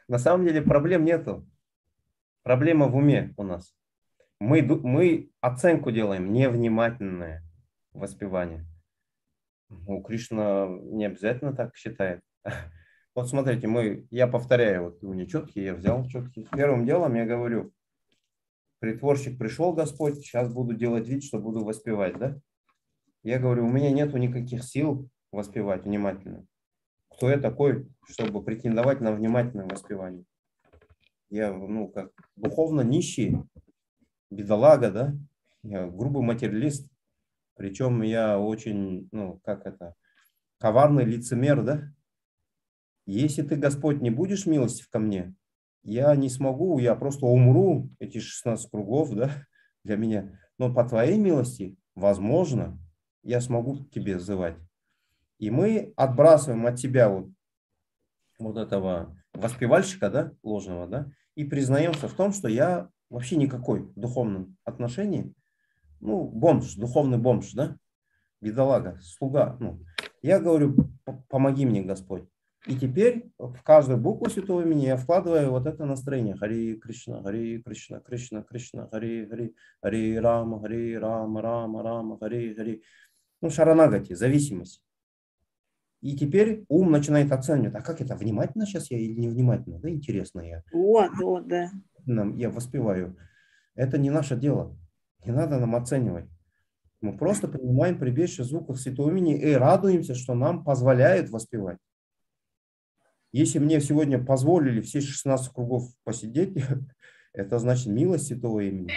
На самом деле проблем нету. Проблема в уме у нас. Мы оценку делаем, невнимательное воспевание. У Кришна не обязательно так считает. Вот смотрите, я повторяю, вот у меня четкие, я взял четкие. Первым делом я говорю, притворщик пришел, Господь, сейчас буду делать вид, что буду воспевать, да? Я говорю, у меня нету никаких сил воспевать внимательно. Кто я такой, чтобы претендовать на внимательное воспевание? Я, как духовно нищий, бедолага, да? Я грубый материалист. Причем я очень, коварный лицемер, да? Если ты, Господь, не будешь милостив ко мне, я не смогу, я просто умру, эти 16 кругов, да, для меня. Но по твоей милости, возможно, я смогу к тебе взывать. И мы отбрасываем от себя вот этого воспевальщика, да, ложного, да, и признаемся в том, что я вообще никакой в духовном отношении, бомж, духовный бомж, да, бедолага, слуга. Я говорю, помоги мне, Господь. И теперь в каждую букву святого имени я вкладываю вот это настроение. Хари Кришна, Кришна, Кришна, Хари, Хари Рама, Рама, Рама, Хари. Шаранагати, зависимость. И теперь ум начинает оценивать, а как это, внимательно сейчас я или невнимательно? Да, интересно я. Вот, да. Я воспеваю. Это не наше дело. Не надо нам оценивать. Мы просто принимаем прибежище звуков святого имени и радуемся, что нам позволяют воспевать. Если мне сегодня позволили все 16 кругов посидеть, это значит милость святого имени.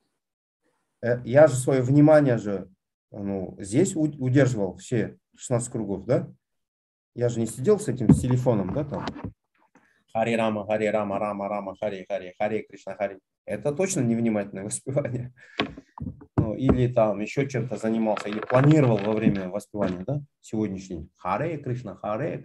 Я же свое внимание здесь удерживал все 16 кругов, да? Я же не сидел с этим с телефоном, да, там. Хари Рама, Рама, Хари Кришна, Хари. Это точно невнимательное воспевание. Или там еще чем-то занимался, или планировал во время воспевания, да, сегодняшний. Харе Кришна.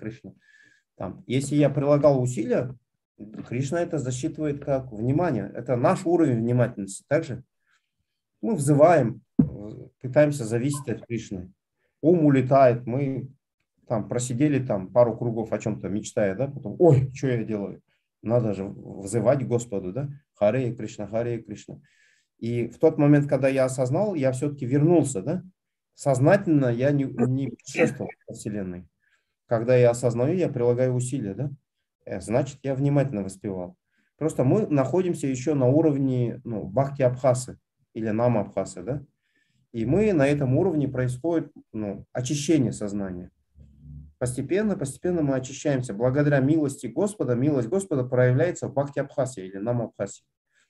Там, если я прилагал усилия, Кришна это засчитывает как внимание. Это наш уровень внимательности. Также мы взываем, пытаемся зависеть от Кришны. Ум улетает, мы там просидели там пару кругов о чем-то, мечтая, да, потом, ой, что я делаю? Надо же взывать Господу, да, Харе Кришна. И в тот момент, когда я осознал, я все-таки вернулся, да, сознательно я не путешествовал по Вселенной. Когда я осознаю, я прилагаю усилия, да, значит, я внимательно воспевал. Просто мы находимся еще на уровне, бхакти абхасы или нама абхасы, да, и мы на этом уровне происходит, очищение сознания. Постепенно мы очищаемся. Благодаря милости Господа, милость Господа проявляется в бхакти абхасе или нама абхасе.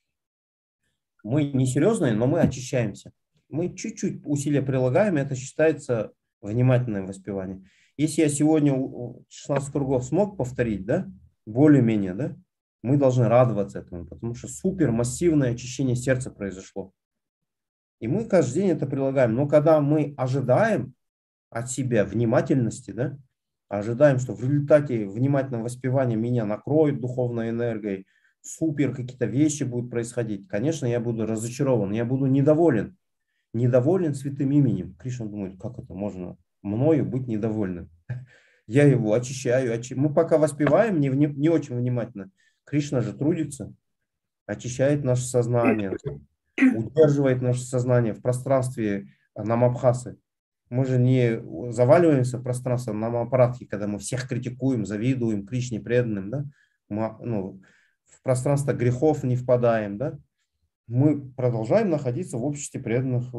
Мы не серьезные, но мы очищаемся. Мы чуть-чуть усилия прилагаем, это считается внимательное воспевание. Если я сегодня 16 кругов смог повторить, да, более-менее, да, мы должны радоваться этому, потому что супермассивное очищение сердца произошло. И мы каждый день это прилагаем. Но когда мы ожидаем от себя внимательности, да, ожидаем, что в результате внимательного воспевания меня накроет духовной энергией, супер какие-то вещи будут происходить, конечно, я буду разочарован, я буду недоволен святым именем. Кришна думает, как это можно мною быть недовольным? Я его очищаю. Мы пока воспеваем не очень внимательно. Кришна же трудится, очищает наше сознание, удерживает наше сознание в пространстве намабхасы. Мы же не заваливаемся в пространство намапарадхи, когда мы всех критикуем, завидуем Кришне преданным, да? Мы, в пространство грехов не впадаем, да? Мы продолжаем находиться в обществе преданных,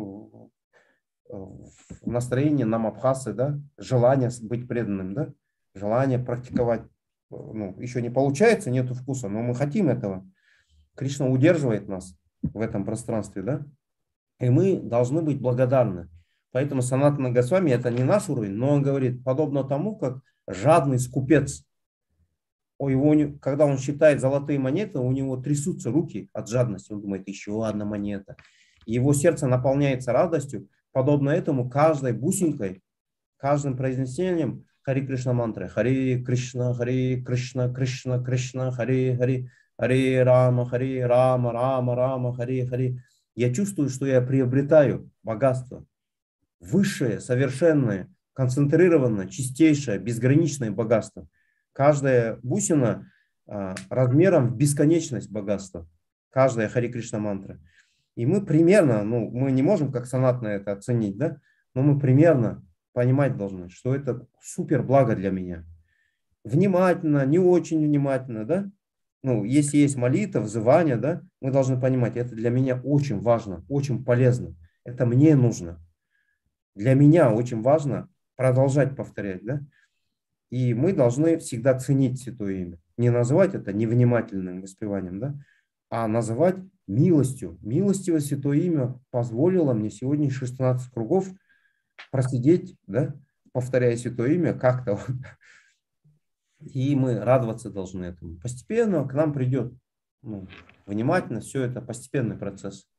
в настроении намабхасы, да? Желание быть преданным, да? Желание практиковать. Еще не получается, нету вкуса, но мы хотим этого. Кришна удерживает нас в этом пространстве, да? И мы должны быть благодарны. Поэтому Санатана Госвами это не наш уровень, но он говорит, подобно тому, как жадный скупец. Когда он считает золотые монеты, у него трясутся руки от жадности. Он думает, еще одна монета. И его сердце наполняется радостью. Подобно этому каждой бусинкой, каждым произнесением Хари Кришна мантры. Хари Кришна, Кришна, Хари Рама, Рама, Хари. Я чувствую, что я приобретаю богатство. Высшее, совершенное, концентрированное, чистейшее, безграничное богатство. Каждая бусина размером в бесконечность богатства. Каждая Хари Кришна мантра. И мы примерно, ну, мы не можем как санатно это оценить, да, но мы примерно понимать должны, что это супер благо для меня. Внимательно, не очень внимательно, да. Ну, если есть молитва, взывание, да, мы должны понимать, это для меня очень важно, очень полезно. Это мне нужно. Для меня очень важно продолжать повторять, да. И мы должны всегда ценить Святое Имя. Не называть это невнимательным воспеванием, да, а называть милостью. Милостивое Святое Имя позволило мне сегодня 16 кругов просидеть, да, повторяя Святое Имя как-то. И мы радоваться должны этому. Постепенно к нам придет, ну, внимательно, все это постепенный процесс.